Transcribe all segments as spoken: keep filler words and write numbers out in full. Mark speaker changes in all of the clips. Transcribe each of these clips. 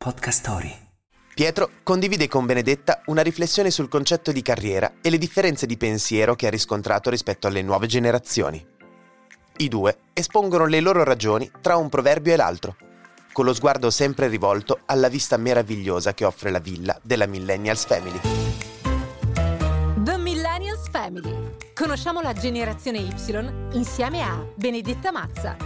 Speaker 1: Podcast Story.
Speaker 2: Pietro condivide con Benedetta una riflessione sul concetto di carriera e le differenze di pensiero che ha riscontrato rispetto alle nuove generazioni. I due espongono le loro ragioni tra un proverbio e l'altro, con lo sguardo sempre rivolto alla vista meravigliosa che offre la villa della Millennials Family.
Speaker 3: The Millennials Family. Conosciamo la generazione Y insieme a Benedetta Mazza.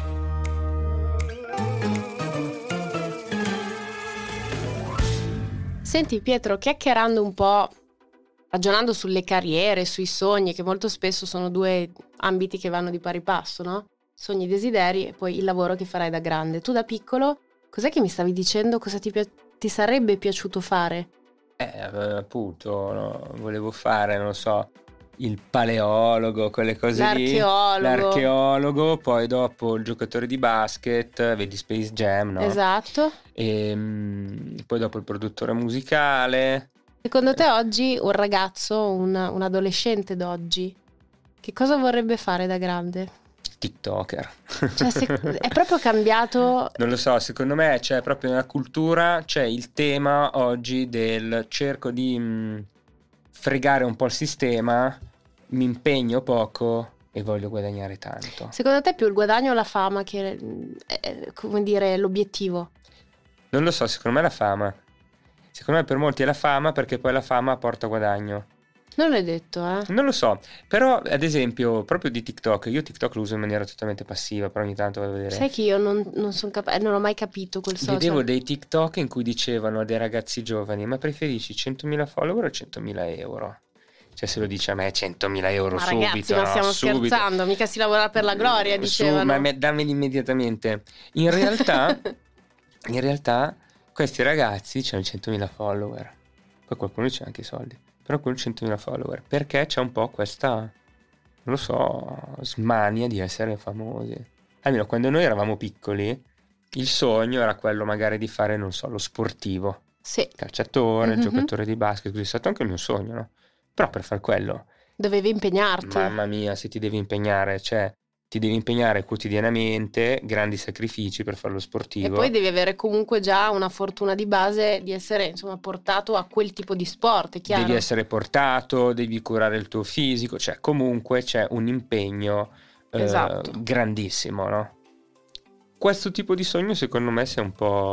Speaker 4: Senti Pietro, chiacchierando un po', ragionando sulle carriere, sui sogni, che molto spesso sono due ambiti che vanno di pari passo, no? Sogni, desideri e poi il lavoro che farai da grande. Tu da piccolo, cos'è che mi stavi dicendo? Cosa ti, pi- ti sarebbe piaciuto fare?
Speaker 5: Eh, appunto, no, volevo fare, non lo so, il paleologo, quelle cose
Speaker 4: L'archeologo.
Speaker 5: lì. L'archeologo. Poi dopo il giocatore di basket, vedi Space Jam, no?
Speaker 4: Esatto.
Speaker 5: E mm, poi dopo il produttore musicale.
Speaker 4: Secondo te oggi un ragazzo, un, un adolescente d'oggi, che cosa vorrebbe fare da grande?
Speaker 5: TikToker.
Speaker 4: Cioè, se, è proprio cambiato.
Speaker 5: Non lo so, secondo me c'è proprio nella cultura, c'è il tema oggi del cerco di mh, fregare un po' il sistema, mi impegno poco e voglio guadagnare tanto.
Speaker 4: Secondo te è più il guadagno o la fama che è, è, come dire, l'obiettivo?
Speaker 5: Non lo so, secondo me è la fama. Secondo me per molti è la fama, perché poi la fama porta guadagno.
Speaker 4: Non l'hai detto, eh?
Speaker 5: Non lo so, però ad esempio proprio di TikTok, io TikTok lo uso in maniera totalmente passiva, però ogni tanto vado a vedere.
Speaker 4: Sai che io non, non sono capace, non ho mai capito quel social.
Speaker 5: Vedevo dei TikTok in cui dicevano a dei ragazzi giovani: ma preferisci centomila follower o centomila euro? Cioè, se lo dice a me centomila euro
Speaker 4: ma
Speaker 5: subito.
Speaker 4: ragazzi, ma
Speaker 5: no,
Speaker 4: stiamo
Speaker 5: subito.
Speaker 4: scherzando, mica si lavora per la gloria,
Speaker 5: Su,
Speaker 4: dicevano.
Speaker 5: ma me, dammeli immediatamente. In realtà, in realtà questi ragazzi hanno centomila follower, poi qualcuno c'ha anche i soldi, però quello centomila follower, perché c'è un po' questa, non lo so, smania di essere famosi. Almeno quando noi eravamo piccoli, il sogno era quello magari di fare, non so, lo sportivo.
Speaker 4: Sì.
Speaker 5: Calciatore,
Speaker 4: Mm-hmm.
Speaker 5: giocatore di basket, così è stato anche il mio sogno, no? Però per far quello,
Speaker 4: dovevi impegnarti.
Speaker 5: mamma mia, se ti devi impegnare, cioè ti devi impegnare quotidianamente, grandi sacrifici per fare lo sportivo.
Speaker 4: E poi devi avere comunque già una fortuna di base di essere, insomma, portato a quel tipo di sport, è chiaro.
Speaker 5: Devi essere portato, devi curare il tuo fisico, cioè comunque c'è un impegno eh,
Speaker 4: Esatto.
Speaker 5: grandissimo, no? Questo tipo di sogno secondo me si è un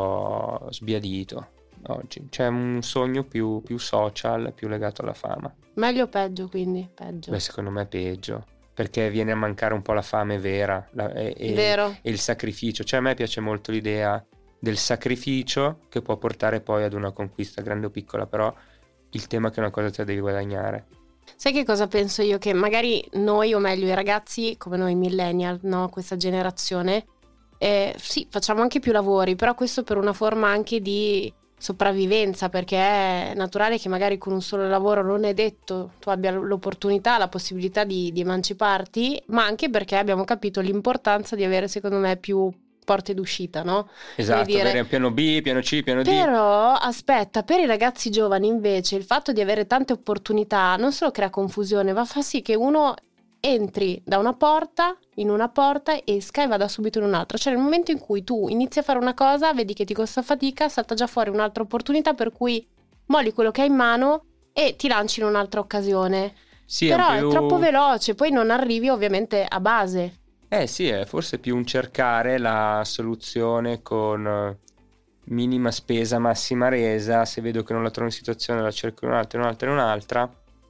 Speaker 5: po' sbiadito oggi. C'è un sogno più, più social, più legato alla fama.
Speaker 4: Meglio o peggio, quindi? Peggio.
Speaker 5: Beh, secondo me è peggio, perché viene a mancare un po' la fame vera la, e, e,
Speaker 4: Vero.
Speaker 5: e il sacrificio. Cioè a me piace molto l'idea del sacrificio che può portare poi ad una conquista grande o piccola, però il tema è che una cosa te la devi guadagnare.
Speaker 4: Sai che cosa penso io? Che magari noi, o meglio i ragazzi come noi millennial, no? Questa generazione, eh, sì, facciamo anche più lavori, però questo per una forma anche di sopravvivenza, perché è naturale che magari con un solo lavoro non è detto tu abbia l'opportunità, la possibilità di, di emanciparti, ma anche perché abbiamo capito l'importanza di avere, secondo me, più porte d'uscita, no?
Speaker 5: Esatto,
Speaker 4: Dire,
Speaker 5: avere piano B, piano C, piano D.
Speaker 4: però aspetta, per i ragazzi giovani invece il fatto di avere tante opportunità non solo crea confusione, ma fa sì che uno entri da una porta in una porta, esca e vada subito in un'altra. Cioè nel momento in cui tu inizi a fare una cosa, vedi che ti costa fatica, salta già fuori un'altra opportunità, per cui molli quello che hai in mano e ti lanci in un'altra occasione.
Speaker 5: Sì,
Speaker 4: però
Speaker 5: è, più...
Speaker 4: è troppo veloce, poi non arrivi ovviamente a base.
Speaker 5: Eh sì, è forse più un cercare la soluzione con minima spesa, massima resa. Se vedo che non la trovo in situazione, la cerco in un'altra, in un'altra, in un'altra,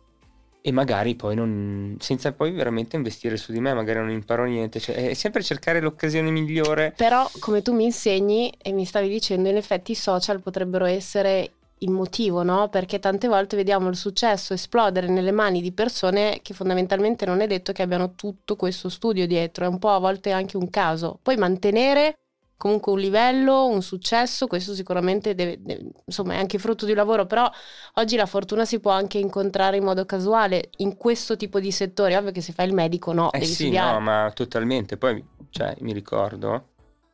Speaker 5: e magari poi non, senza poi veramente investire su di me, magari non imparo niente. Cioè, è sempre cercare l'occasione migliore.
Speaker 4: Però come tu mi insegni e mi stavi dicendo, in effetti i social potrebbero essere il motivo, no? Perché tante volte vediamo il successo esplodere nelle mani di persone che fondamentalmente non è detto che abbiano tutto questo studio dietro, è un po' a volte anche un caso. Poi mantenere comunque un livello, un successo, questo sicuramente deve, deve, insomma è anche frutto di lavoro, però oggi la fortuna si può anche incontrare in modo casuale in questo tipo di settori. Ovvio che se fai il medico no,
Speaker 5: eh
Speaker 4: devi
Speaker 5: sì,
Speaker 4: studiare.
Speaker 5: no, ma totalmente. Poi cioè, mi ricordo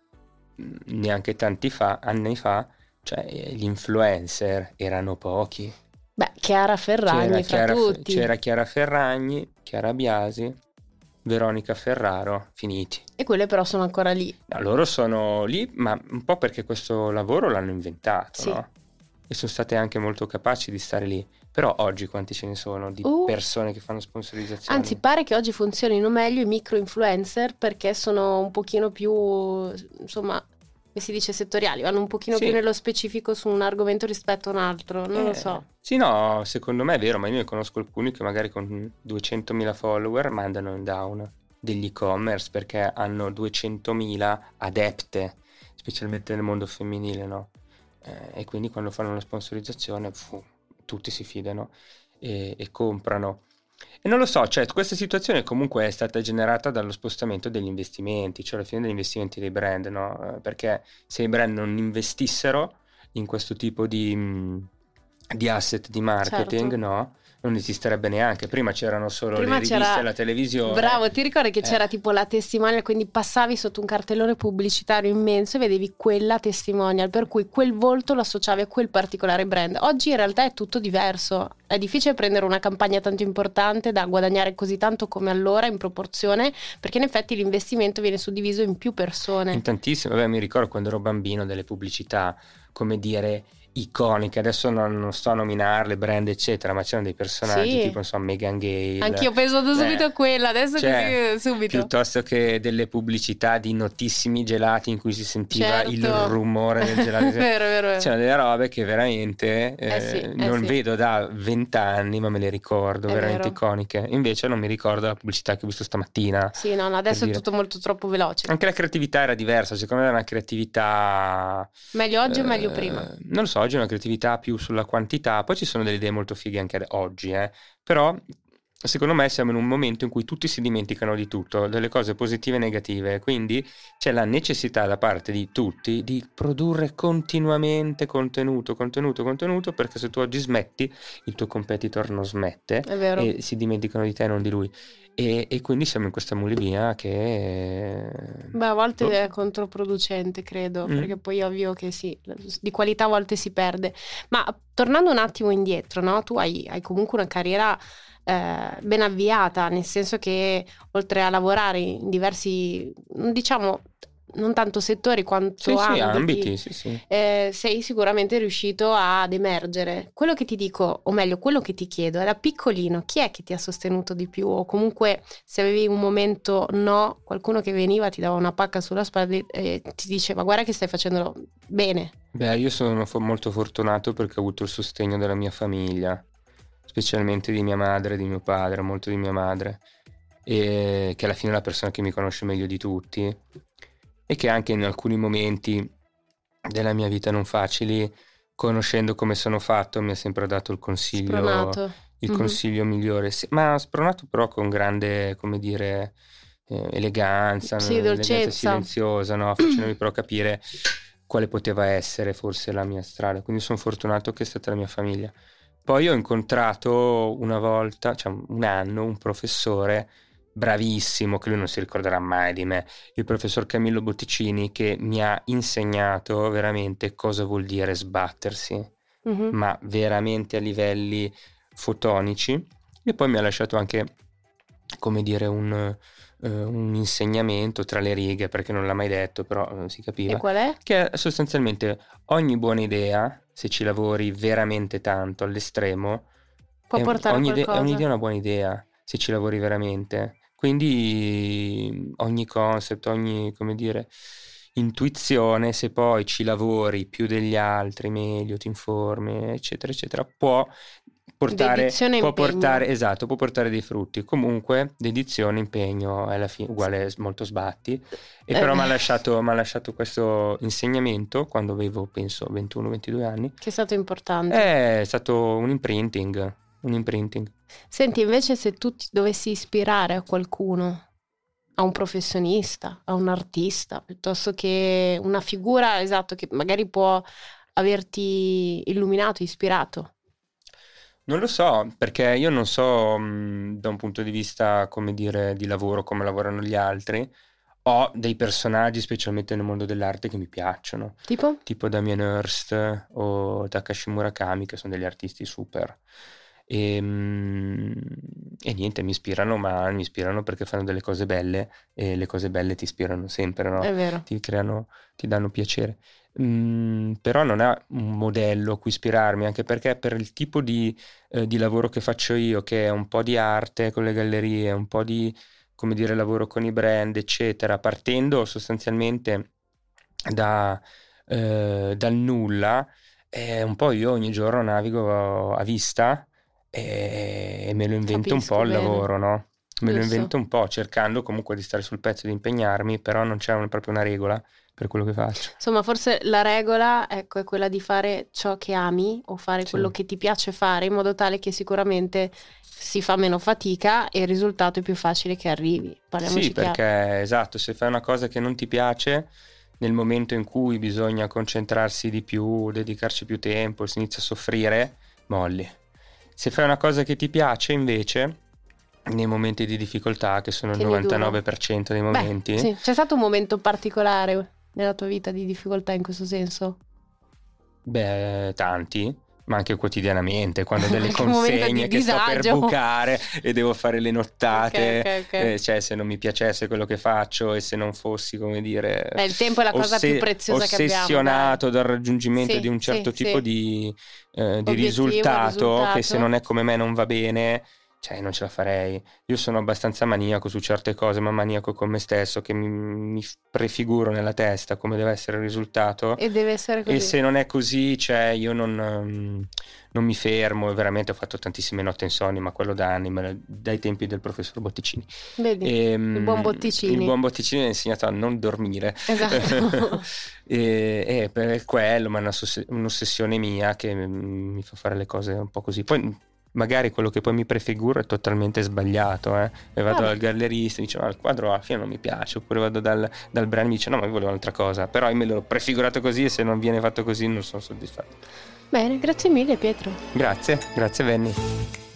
Speaker 5: neanche tanti fa, anni fa, cioè gli influencer erano pochi.
Speaker 4: Beh, Chiara Ferragni
Speaker 5: C'era
Speaker 4: fra
Speaker 5: Chiara,
Speaker 4: tutti.
Speaker 5: c'era Chiara Ferragni, Chiara Biasi, Veronica Ferraro, finiti.
Speaker 4: E quelle però sono ancora lì.
Speaker 5: No, loro sono lì, ma un po' perché questo lavoro l'hanno inventato,
Speaker 4: sì.
Speaker 5: no? E sono state anche molto capaci di stare lì. Però oggi quanti ce ne sono di
Speaker 4: uh,
Speaker 5: persone che fanno sponsorizzazioni?
Speaker 4: Anzi, pare che oggi funzionino meglio i micro influencer perché sono un pochino più, insomma, come si dice, settoriali, vanno un pochino
Speaker 5: sì.
Speaker 4: più nello specifico su un argomento rispetto a un altro, non
Speaker 5: eh,
Speaker 4: lo so.
Speaker 5: Sì, no, secondo me è vero, ma io ne conosco alcuni che magari con duecentomila follower mandano in down degli e-commerce perché hanno duecentomila adepte, specialmente nel mondo femminile, no? Eh, e quindi quando fanno una sponsorizzazione fu, tutti si fidano e, e comprano. E non lo so, cioè questa situazione comunque è stata generata dallo spostamento degli investimenti, cioè alla fine degli investimenti dei brand, no? Perché se i brand non investissero in questo tipo di, di asset di marketing,
Speaker 4: certo.
Speaker 5: no? Non esisterebbe neanche. Prima c'erano solo
Speaker 4: Prima
Speaker 5: le riviste
Speaker 4: c'era...
Speaker 5: e la televisione.
Speaker 4: Bravo, ti ricordi che
Speaker 5: eh.
Speaker 4: c'era tipo la testimonial, quindi passavi sotto un cartellone pubblicitario immenso e vedevi quella testimonial, per cui quel volto lo associavi a quel particolare brand. Oggi in realtà è tutto diverso. È difficile prendere una campagna tanto importante da guadagnare così tanto come allora in proporzione, perché in effetti l'investimento viene suddiviso in più persone.
Speaker 5: In tantissime. Vabbè, mi ricordo quando ero bambino delle pubblicità, come dire, iconiche, adesso non, non sto a nominarle, brand eccetera, ma c'erano dei personaggi
Speaker 4: sì.
Speaker 5: tipo insomma Meghan Gale.
Speaker 4: Anch'io penso subito
Speaker 5: eh,
Speaker 4: a quella, adesso
Speaker 5: cioè,
Speaker 4: così subito.
Speaker 5: Piuttosto che delle pubblicità di notissimi gelati in cui si sentiva
Speaker 4: certo.
Speaker 5: il rumore del gelato.
Speaker 4: vero, vero, vero.
Speaker 5: C'erano delle robe che veramente eh,
Speaker 4: eh sì, eh
Speaker 5: non
Speaker 4: sì.
Speaker 5: vedo da vent'anni, ma me le ricordo,
Speaker 4: è
Speaker 5: veramente
Speaker 4: vero.
Speaker 5: iconiche. Invece non mi ricordo la pubblicità che ho visto stamattina.
Speaker 4: Sì, no, no adesso è
Speaker 5: dire.
Speaker 4: tutto molto troppo veloce.
Speaker 5: Anche la creatività era diversa, secondo me era una creatività...
Speaker 4: Meglio oggi
Speaker 5: eh,
Speaker 4: o meglio prima?
Speaker 5: Non lo so, oggi è una creatività più sulla quantità, poi ci sono delle idee molto fighe anche oggi, eh. Però secondo me siamo in un momento in cui tutti si dimenticano di tutto, delle cose positive e negative, quindi c'è la necessità da parte di tutti di produrre continuamente contenuto, contenuto, contenuto, perché se tu oggi smetti, il tuo competitor non smette
Speaker 4: è vero.
Speaker 5: e si dimenticano di te e non di lui. E, e quindi siamo in questa mulivia che
Speaker 4: beh a volte
Speaker 5: oh.
Speaker 4: è controproducente credo
Speaker 5: mm.
Speaker 4: perché poi è ovvio che sì, di qualità a volte si perde, ma tornando un attimo indietro, no? Tu hai, hai comunque una carriera eh, ben avviata, nel senso che oltre a lavorare in diversi, diciamo non tanto settori quanto
Speaker 5: sì,
Speaker 4: ambiti,
Speaker 5: sì, ambiti sì, sì.
Speaker 4: Eh, sei sicuramente riuscito ad emergere. Quello che ti dico, o meglio, quello che ti chiedo è da piccolino, chi è che ti ha sostenuto di più? O comunque se avevi un momento no, qualcuno che veniva, ti dava una pacca sulla spalla e ti diceva guarda che stai facendo bene.
Speaker 5: Beh, io sono fo- molto fortunato perché ho avuto il sostegno della mia famiglia, specialmente di mia madre e di mio padre, molto di mia madre, e che alla fine è la persona che mi conosce meglio di tutti. E che anche in alcuni momenti della mia vita non facili, conoscendo come sono fatto, mi ha sempre dato il consiglio,
Speaker 4: Spronato.
Speaker 5: il
Speaker 4: mm-hmm.
Speaker 5: consiglio migliore, sì, ma spronato però con grande, come dire, eh, eleganza,
Speaker 4: sì,
Speaker 5: eleganza
Speaker 4: dolcezza.
Speaker 5: silenziosa, no? Facendomi però capire quale poteva essere forse la mia strada, quindi sono fortunato che è stata la mia famiglia. Poi ho incontrato una volta, cioè un anno, un professore bravissimo, che lui non si ricorderà mai di me, il professor Camillo Botticini, che mi ha insegnato veramente cosa vuol dire sbattersi,
Speaker 4: mm-hmm.
Speaker 5: ma veramente a livelli fotonici, e poi mi ha lasciato anche, come dire, un, uh, un insegnamento tra le righe, perché non l'ha mai detto, però uh, si capiva.
Speaker 4: E qual è?
Speaker 5: Che è sostanzialmente ogni buona idea, se ci lavori veramente tanto all'estremo,
Speaker 4: può
Speaker 5: è,
Speaker 4: portare
Speaker 5: ogni
Speaker 4: a qualcosa.
Speaker 5: Idea, ogni idea è una buona idea se ci lavori veramente. Quindi ogni concept, ogni, come dire, intuizione, se poi ci lavori più degli altri, meglio, ti informi, eccetera, eccetera, può portare,
Speaker 4: dedizione,
Speaker 5: può
Speaker 4: impegno.
Speaker 5: portare, esatto, può portare dei frutti. Comunque, dedizione, impegno, è alla fine uguale molto sbatti. E
Speaker 4: eh.
Speaker 5: però mi ha lasciato, m'ha lasciato questo insegnamento quando avevo, penso, ventuno ventidue anni.
Speaker 4: Che è stato importante.
Speaker 5: È stato un imprinting. Un imprinting.
Speaker 4: Senti, invece se tu ti dovessi ispirare a qualcuno, a un professionista, a un artista, piuttosto che una figura, esatto, che magari può averti illuminato, ispirato.
Speaker 5: Non lo so, perché io non so mh, da un punto di vista, come dire, di lavoro, come lavorano gli altri. Ho dei personaggi, specialmente nel mondo dell'arte, che mi piacciono.
Speaker 4: Tipo?
Speaker 5: Tipo Damien Hirst o Takashi Murakami, che sono degli artisti super. e, e niente, mi ispirano, ma mi ispirano perché fanno delle cose belle e le cose belle ti ispirano sempre, no?
Speaker 4: È vero.
Speaker 5: Ti creano, ti danno piacere. Mm, però non è un modello a cui ispirarmi, anche perché per il tipo di, eh, di lavoro che faccio io, che è un po' di arte con le gallerie, un po' di, come dire, lavoro con i brand, eccetera, partendo sostanzialmente da, eh, dal nulla, eh, un po' io ogni giorno navigo a vista e, e me lo invento
Speaker 4: Capisco
Speaker 5: un po' il
Speaker 4: bene.
Speaker 5: lavoro, no? Me lo
Speaker 4: Giusto.
Speaker 5: invento un po', cercando comunque di stare sul pezzo, di impegnarmi, però non c'è un- proprio una regola per quello che faccio.
Speaker 4: Insomma, forse la regola, ecco, è quella di fare ciò che ami o fare
Speaker 5: Sì.
Speaker 4: quello che ti piace fare, in modo tale che sicuramente si fa meno fatica e il risultato è più facile che arrivi. Parliamoci
Speaker 5: Sì,
Speaker 4: chiaro.
Speaker 5: perché esatto, se fai una cosa che non ti piace, nel momento in cui bisogna concentrarsi di più, dedicarci più tempo, si inizia a soffrire, molli. Se fai una cosa che ti piace, invece, nei momenti di difficoltà, che sono il
Speaker 4: Tieni duro.
Speaker 5: novantanove per cento dei
Speaker 4: Beh,
Speaker 5: momenti,
Speaker 4: sì. C'è stato un momento particolare nella tua vita di difficoltà in questo senso?
Speaker 5: beh, tanti, ma anche quotidianamente, quando ho delle
Speaker 4: Anche un momento
Speaker 5: consegne
Speaker 4: di
Speaker 5: che sto per
Speaker 4: disagio.
Speaker 5: bucare e devo fare le nottate,
Speaker 4: Ok, ok, ok.
Speaker 5: eh, cioè se non mi piacesse quello che faccio e se non fossi, come dire,
Speaker 4: Beh, il tempo è la cosa
Speaker 5: osse-
Speaker 4: più preziosa che abbiamo,
Speaker 5: ossessionato dal raggiungimento
Speaker 4: Sì,
Speaker 5: di un certo
Speaker 4: sì,
Speaker 5: tipo
Speaker 4: sì.
Speaker 5: di, eh, di
Speaker 4: Obiettivo,
Speaker 5: risultato,
Speaker 4: risultato.
Speaker 5: che se non è come me non va bene, cioè non ce la farei. Io sono abbastanza maniaco su certe cose, ma maniaco con me stesso, che mi, mi prefiguro nella testa come deve essere il risultato.
Speaker 4: E deve essere così.
Speaker 5: E se non è così, cioè io non, um, non mi fermo, e veramente ho fatto tantissime notti insonni, ma quello da anni, ma dai tempi del professor Botticini.
Speaker 4: Vedi,
Speaker 5: E,
Speaker 4: il buon Botticini.
Speaker 5: Il buon Botticini mi ha insegnato a non dormire.
Speaker 4: Esatto.
Speaker 5: e, e per quello, ma è una sos- un'ossessione mia che mi fa fare le cose un po' così. Poi magari quello che poi mi prefiguro è totalmente sbagliato, eh? E vado
Speaker 4: Vabbè.
Speaker 5: dal gallerista e dice no, il quadro alla fine non mi piace, oppure vado dal, dal brand e mi dice no, ma io volevo un'altra cosa, però io me l'ho prefigurato così e se non viene fatto così non sono soddisfatto.
Speaker 4: Bene, grazie mille Pietro.
Speaker 5: Grazie, grazie Venni.